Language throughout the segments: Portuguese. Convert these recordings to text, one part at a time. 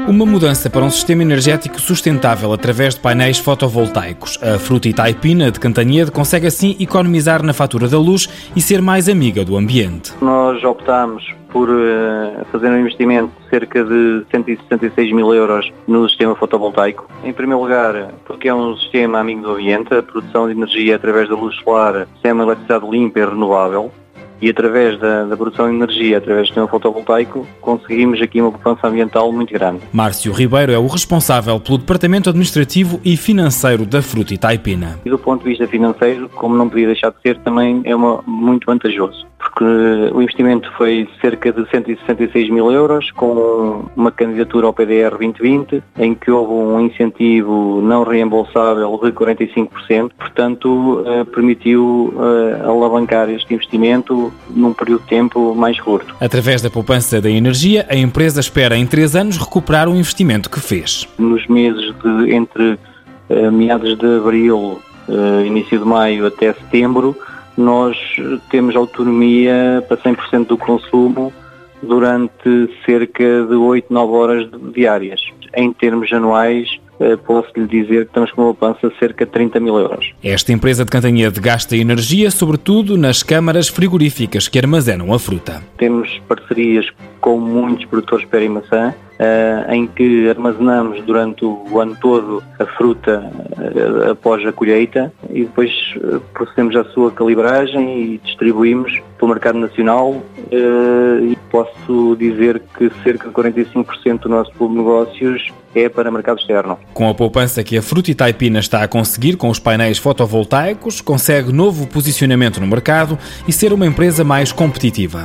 Uma mudança para um sistema energético sustentável através de painéis fotovoltaicos. A Fruta Itaipina de Cantanhede consegue assim economizar na fatura da luz e ser mais amiga do ambiente. Nós optámos por fazer um investimento de cerca de 166 mil euros no sistema fotovoltaico. Em primeiro lugar, porque é um sistema amigo do ambiente, a produção de energia através da luz solar é uma eletricidade limpa e renovável. E através da produção de energia, através do sistema fotovoltaico, conseguimos aqui uma poupança ambiental muito grande. Márcio Ribeiro é o responsável pelo Departamento Administrativo e Financeiro da Fruta Itaipina. E do ponto de vista financeiro, como não podia deixar de ser, também é muito vantajoso. Porque o investimento foi cerca de 166 mil euros, com uma candidatura ao PDR 2020, em que houve um incentivo não reembolsável de 45%, portanto permitiu alavancar este investimento num período de tempo mais curto. Através da poupança da energia, a empresa espera em 3 anos recuperar o investimento que fez. Nos meses entre meados de abril, início de maio até setembro, nós temos autonomia para 100% do consumo durante cerca de 8, 9 horas diárias. Em termos anuais, posso-lhe dizer que estamos com uma poupança de cerca de 30 mil euros. Esta empresa de Cantanhede gasta energia, sobretudo nas câmaras frigoríficas que armazenam a fruta. Temos parcerias com muitos produtores de pera e maçã, em que armazenamos durante o ano todo a fruta após a colheita e depois procedemos à sua calibragem e distribuímos para o mercado nacional, e posso dizer que cerca de 45% do nosso volume de negócios é para mercado externo. Com a poupança que a Fruta Itaipina está a conseguir com os painéis fotovoltaicos, consegue novo posicionamento no mercado e ser uma empresa mais competitiva.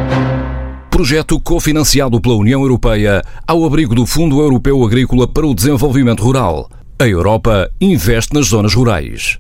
Projeto cofinanciado pela União Europeia ao abrigo do Fundo Europeu Agrícola para o Desenvolvimento Rural. A Europa investe nas zonas rurais.